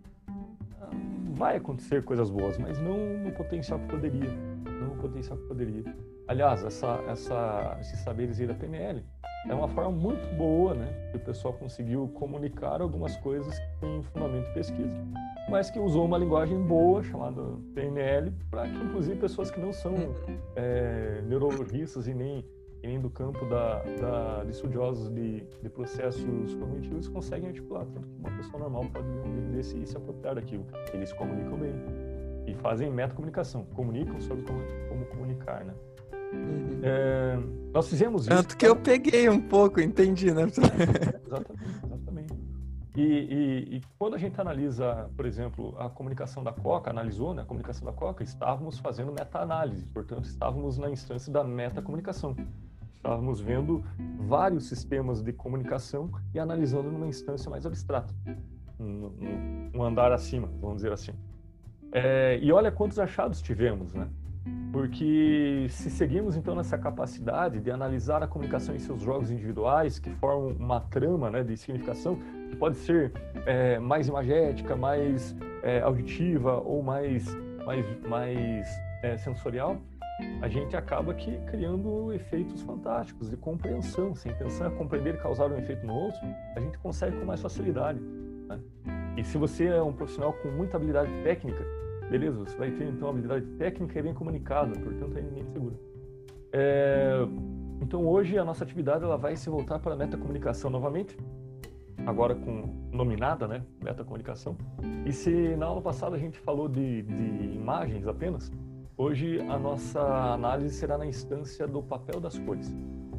vai acontecer coisas boas, mas não no potencial que poderia. Não no potencial que poderia. Aliás, essa, essa, esses saberes aí da P N L é uma forma muito boa, né, que o pessoal conseguiu comunicar algumas coisas que têm fundamento de pesquisa, mas que usou uma linguagem boa, chamada P N L, para que, inclusive, pessoas que não são é, neurologistas e nem, e nem do campo da, da, de estudiosos de, de processos cognitivos conseguem articular, tanto que uma pessoa normal pode ler um livro desse e se apropriar daquilo. Eles se comunicam bem e fazem metacomunicação, comunicam sobre como, como comunicar, né?
Uhum.
É, nós fizemos isso.
Tanto que eu peguei um pouco, entendi, né?
Exatamente, exatamente. E, e, e quando a gente analisa, por exemplo, a comunicação da Coca, analisou, né, a comunicação da Coca, estávamos fazendo meta-análise, portanto, estávamos na instância da metacomunicação. Estávamos vendo vários sistemas de comunicação e analisando numa instância mais abstrata, um, um, um andar acima, vamos dizer assim. É, e olha quantos achados tivemos, né? Porque se seguimos então nessa capacidade de analisar a comunicação em seus jogos individuais, que formam uma trama, né, de significação, que pode ser é, mais imagética, mais é, auditiva ou mais, mais, mais é, sensorial, a gente acaba aqui criando efeitos fantásticos de compreensão. Se a intenção é compreender e causar um efeito no outro, a gente consegue com mais facilidade, né? E se você é um profissional com muita habilidade técnica, Beleza, você vai ter então uma habilidade técnica e bem comunicada, portanto aí ninguém te segura. É... Então hoje a nossa atividade ela vai se voltar para a metacomunicação novamente, agora com nominada, né, metacomunicação. E se na aula passada a gente falou de, de imagens apenas, hoje a nossa análise será na instância do papel das cores.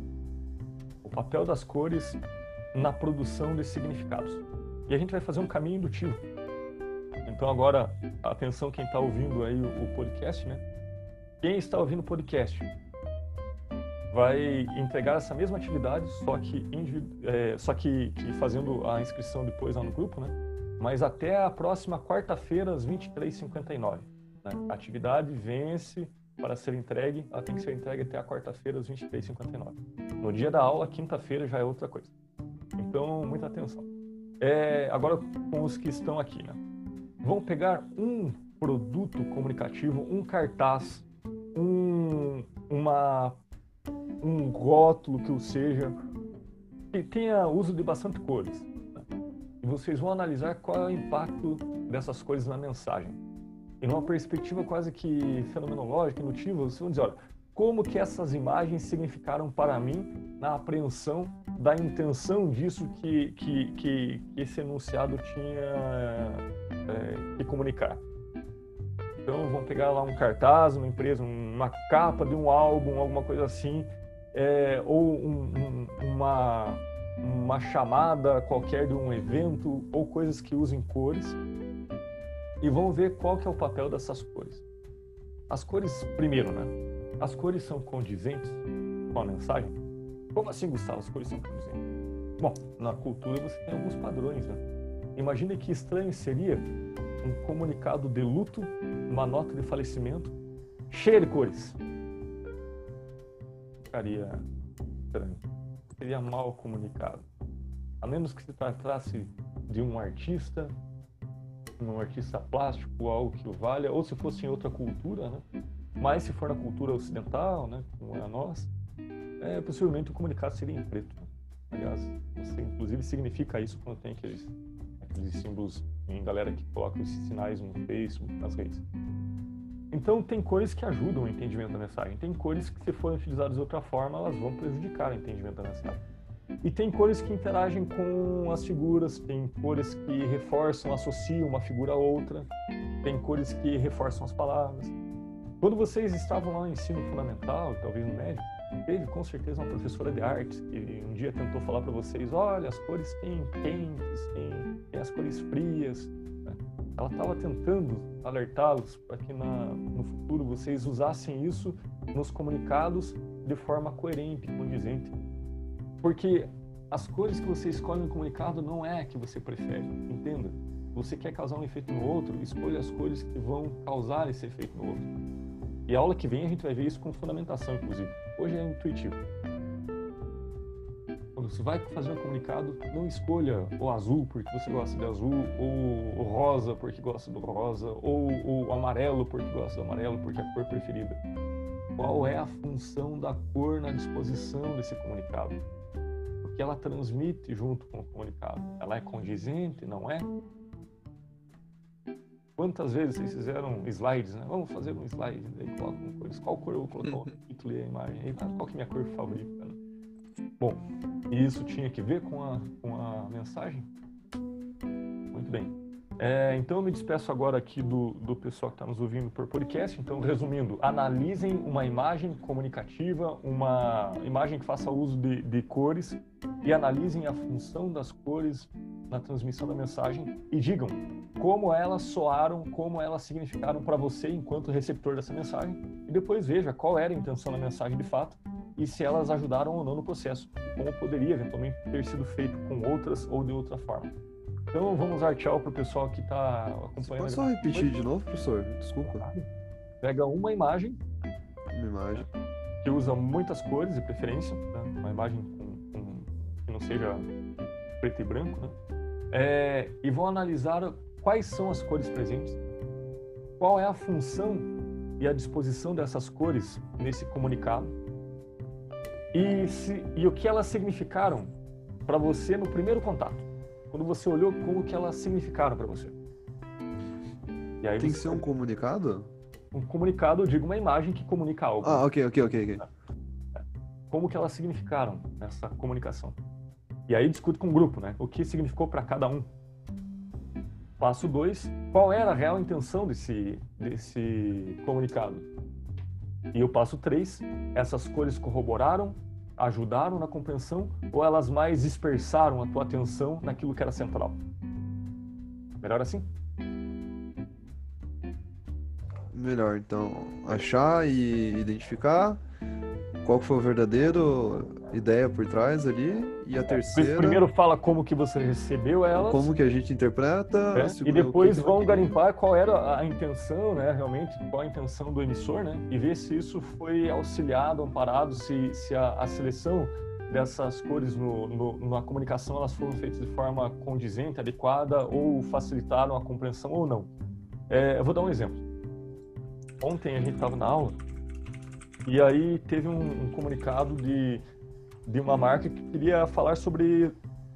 O papel das cores na produção de significados. E a gente vai fazer um caminho indutivo. Então agora, atenção quem está ouvindo aí o, o podcast, né? Quem está ouvindo o podcast vai entregar essa mesma atividade, só que, é, só que, que fazendo a inscrição depois lá no grupo, né? Mas até a próxima quarta-feira, às vinte e três e cinquenta e nove. Né? A atividade vence para ser entregue, ela tem que ser entregue até a quarta-feira, às vinte e três e cinquenta e nove. No dia da aula, quinta-feira, já é outra coisa. Então, muita atenção. É, agora, com os que estão aqui, né? Vão pegar um produto comunicativo, um cartaz, um, uma... um rótulo que o seja, que tenha uso de bastante cores. Né? E vocês vão analisar qual é o impacto dessas cores na mensagem. E numa perspectiva quase que fenomenológica, indutiva, vocês vão dizer, olha, como que essas imagens significaram para mim na apreensão da intenção disso que, que, que, que esse enunciado tinha é, que comunicar. Então vão pegar lá um cartaz, uma empresa, uma capa de um álbum, alguma coisa assim, é, ou um, um, uma, uma chamada qualquer de um evento, ou coisas que usem cores, e vão ver qual que é o papel dessas cores. As cores, primeiro, né? As cores são condizentes com a mensagem? Como assim, Gustavo, as cores são condizentes? Bom, na cultura você tem alguns padrões, né? Imagine que estranho seria um comunicado de luto, uma nota de falecimento, cheia de cores. Ficaria estranho. Seria mal comunicado. A menos que se tratasse de um artista, um artista plástico, algo que o valha, ou se fosse em outra cultura, né? Mas se for na cultura ocidental, né, como é a nossa, é, possivelmente o comunicado seria em preto. Aliás, você inclusive significa isso quando tem aqueles, aqueles símbolos em galera que coloca esses sinais no Facebook, nas redes. Então tem cores que ajudam o entendimento da mensagem, tem cores que se forem utilizadas de outra forma, elas vão prejudicar o entendimento da mensagem. E tem cores que interagem com as figuras, tem cores que reforçam, associam uma figura a outra, tem cores que reforçam as palavras. Quando vocês estavam lá no ensino fundamental, talvez no médio, teve com certeza uma professora de artes que um dia tentou falar para vocês, olha, as cores têm quentes, tem, tem as cores frias. Né? Ela estava tentando alertá-los para que na, no futuro vocês usassem isso nos comunicados de forma coerente, condizente. Porque as cores que você escolhe no comunicado não é a que você prefere, entenda. Você quer causar um efeito no outro, escolha as cores que vão causar esse efeito no outro. E a aula que vem a gente vai ver isso com fundamentação, inclusive. Hoje é intuitivo. Quando você vai fazer um comunicado, não escolha o azul porque você gosta de azul, ou o rosa porque gosta do rosa, ou o amarelo porque gosta do amarelo, porque é a cor preferida. Qual é a função da cor na disposição desse comunicado? O que ela transmite junto com o comunicado? Ela é condizente, não é? Quantas vezes vocês fizeram slides, né? Vamos fazer um slide, daí colocam cores. Qual cor eu vou colocar o título e a imagem? Aí, qual que é a minha cor favorita? Né? Bom, e isso tinha que ver com a, com a mensagem? Muito bem. É, então eu me despeço agora aqui do, do pessoal que está nos ouvindo por podcast. Então, resumindo, analisem uma imagem comunicativa, uma imagem que faça uso de, de cores e analisem a função das cores na transmissão da mensagem e digam como elas soaram, como elas significaram para você enquanto receptor dessa mensagem e depois veja qual era a intenção da mensagem de fato e se elas ajudaram ou não no processo, como poderia eventualmente ter sido feito com outras ou de outra forma. Então vamos dar tchau pro pessoal que está acompanhando.
Pode só repetir de novo, professor? Desculpa.
Pega uma imagem,
uma imagem
que usa muitas cores de preferência, né? Uma imagem com, com, que não seja preto e branco, né? É, e vão analisar quais são as cores presentes, qual é a função e a disposição dessas cores nesse comunicado e, se, e o que elas significaram para você no primeiro contato. Quando você olhou, como que elas significaram para você. E aí
Tem que
você-
ser um comunicado?
um comunicado, eu digo uma imagem que comunica algo.
Ah, ok, ok, ok, ok.
Como que elas significaram nessa comunicação. E aí discute com o grupo, né? O que significou para cada um. Passo dois, qual era a real intenção desse, desse comunicado? E o passo três, essas cores corroboraram, ajudaram na compreensão ou elas mais dispersaram a tua atenção naquilo que era central? Melhor assim?
Melhor, então, achar e identificar qual que foi o verdadeiro ideia por trás ali, e a terceira,
Primeiro fala como que você recebeu elas,
como que a gente interpreta,
né?
a
E
segunda, o que
depois
que ela
vão
queria.
garimpar qual era a intenção, né, realmente, qual a intenção do emissor, né, e ver se isso foi auxiliado, amparado, se, se a, a seleção dessas cores no, no, na comunicação elas foram feitas de forma condizente, adequada, ou facilitaram a compreensão ou não. É, eu vou dar um exemplo. Ontem a gente estava na aula e aí teve um, um comunicado de, de uma marca que queria falar sobre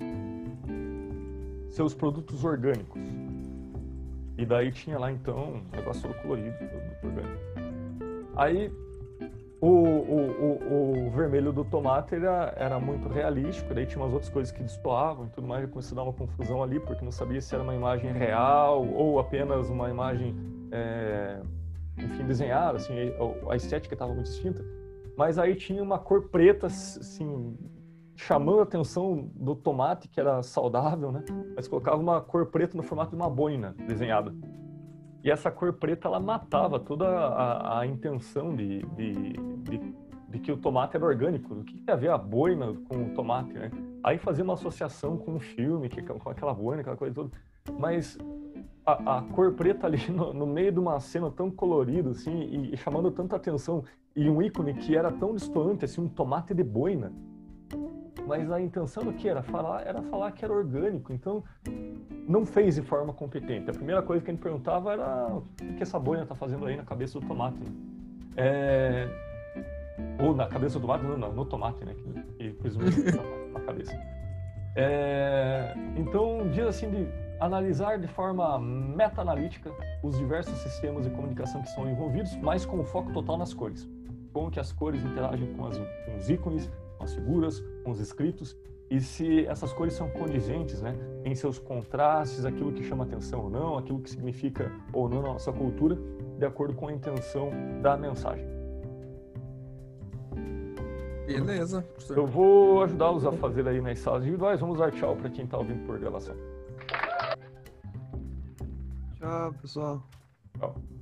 seus produtos orgânicos. E daí tinha lá então um negócio todo colorido, produto orgânico. Aí o, o, o, o vermelho do tomate era, era muito realístico, daí tinha umas outras coisas que destoavam e tudo mais, eu comecei a dar uma confusão ali, porque não sabia se era uma imagem real ou apenas uma imagem, é, enfim, desenhada, assim, a estética estava muito distinta. Mas aí tinha uma cor preta, assim, chamando a atenção do tomate, que era saudável, né? Mas colocava uma cor preta no formato de uma boina desenhada. E essa cor preta, ela matava toda a, a intenção de, de, de, de que o tomate era orgânico. O que tem a ver a boina com o tomate, né? Aí fazia uma associação com o filme, que, com aquela boina, aquela coisa toda. Mas a, a cor preta ali no, no meio de uma cena tão colorida, assim, e, e chamando tanta atenção, e um ícone que era tão distoante, assim, um tomate de boina. Mas a intenção do que era falar, era falar que era orgânico. Então, não fez de forma competente. A primeira coisa que a gente perguntava era o que essa boina está fazendo aí na cabeça do tomate, né? É... Ou na cabeça do tomate, não, não, no tomate, né? Que, que fez na cabeça. É... Então, diz assim, de analisar de forma meta-analítica os diversos sistemas de comunicação que são envolvidos, mas com foco total nas cores. Como que as cores interagem com, as, com os ícones, com as figuras, com os escritos, e se essas cores são condizentes, né, em seus contrastes, aquilo que chama atenção ou não, aquilo que significa ou não na nossa cultura, de acordo com a intenção da mensagem.
Beleza, professor.
Eu vou ajudá-los a fazer aí nas salas individuais. Vamos dar tchau para quem está ouvindo por gravação.
Tchau, pessoal.
Tchau.